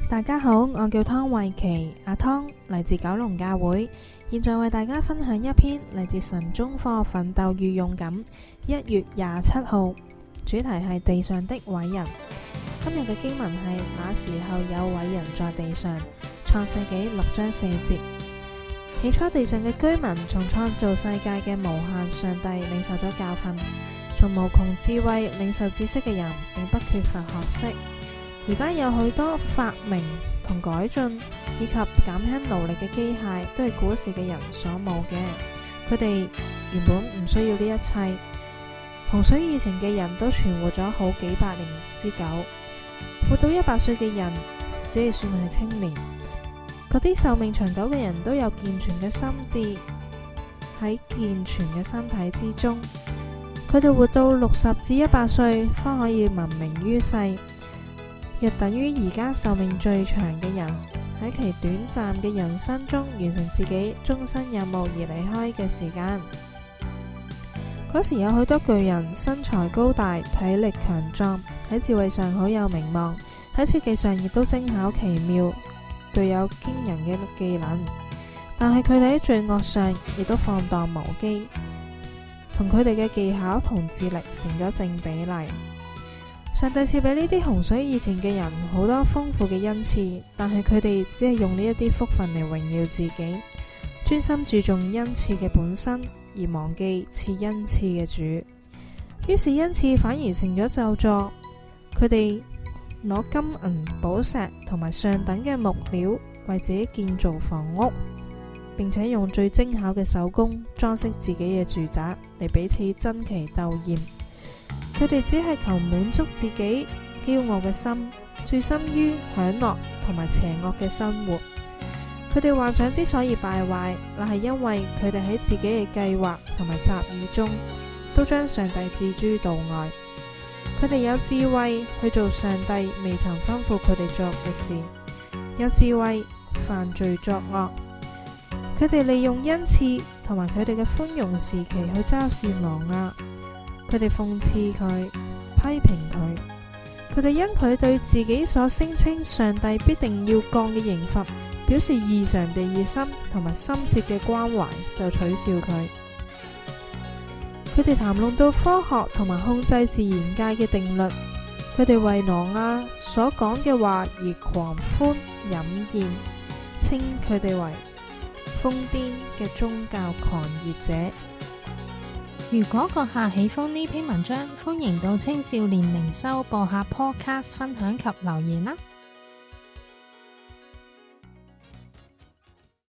大家好，我叫湯慧琪，阿湯嚟自九龍教會，現在為大家分享一篇嚟自神中課《奮鬥與勇敢》1月27號，主題係地上的偉人。今日嘅經文係那時候有偉人在地上，創世紀6章4節。起初地上嘅居民從創造世界嘅無限上帝領受咗教訓，從無窮智慧領受知識嘅人並不缺乏學識。而家有許多發明同改進以及減輕勞力嘅機械，都係古時嘅人所冇嘅。佢哋原本唔需要呢一切。洪水以前嘅人都存活咗好幾百年之久，活到100歲嘅人只係算係青年。嗰啲壽命長久嘅人都有健全嘅心智喺健全嘅身體之中，佢哋活到60至100歲方可以聞名於世，約等於而家壽命最長嘅人喺其短暫嘅人生中完成自己終身任務而離開嘅時間。嗰時有許多巨人，身材高大，體力強壯，喺智慧上好有名望，喺設計上亦都精巧奇妙，具有驚人嘅技能。但係佢哋喺罪惡上亦都放蕩無羈，同佢哋嘅技巧同智力成咗正比例。上帝賜俾呢啲洪水以前嘅人好多豐富嘅恩賜，但係佢哋只係用呢一啲福分嚟榮耀自己，專心注重恩賜嘅本身，而忘記賜恩賜嘅主。於是恩賜反而成咗咒詛。佢哋攞金銀寶石同埋上等嘅木料為自己建造房屋，並且用最精巧嘅手工裝飾自己嘅住宅，嚟彼此爭奇鬥豔。佢哋只係求滿足自己驕傲嘅心，醉心於享樂同埋邪惡嘅生活。佢哋幻想之所以敗壞，那係因為佢哋喺自己嘅計劃同埋習意中，都將上帝置諸度外。佢哋有智慧去做上帝未曾吩咐佢哋做嘅事，有智慧犯罪作惡。佢哋利用恩賜同埋佢哋嘅寬容時期去嘲笑挪亞。佢哋諷刺佢，批評佢。佢哋因佢對自己所聲稱上帝必定要降嘅刑罰，表示異常地熱心同埋深切嘅關懷，就取笑佢。佢哋談論到科學同埋控制自然界嘅定律。佢哋為挪亞所講嘅話而狂歡飲宴，稱佢哋為瘋癲嘅宗教狂熱者。 如果閣下喜歡呢篇文章，歡迎到青少年靈修播客 Podcast 分享及留言啦。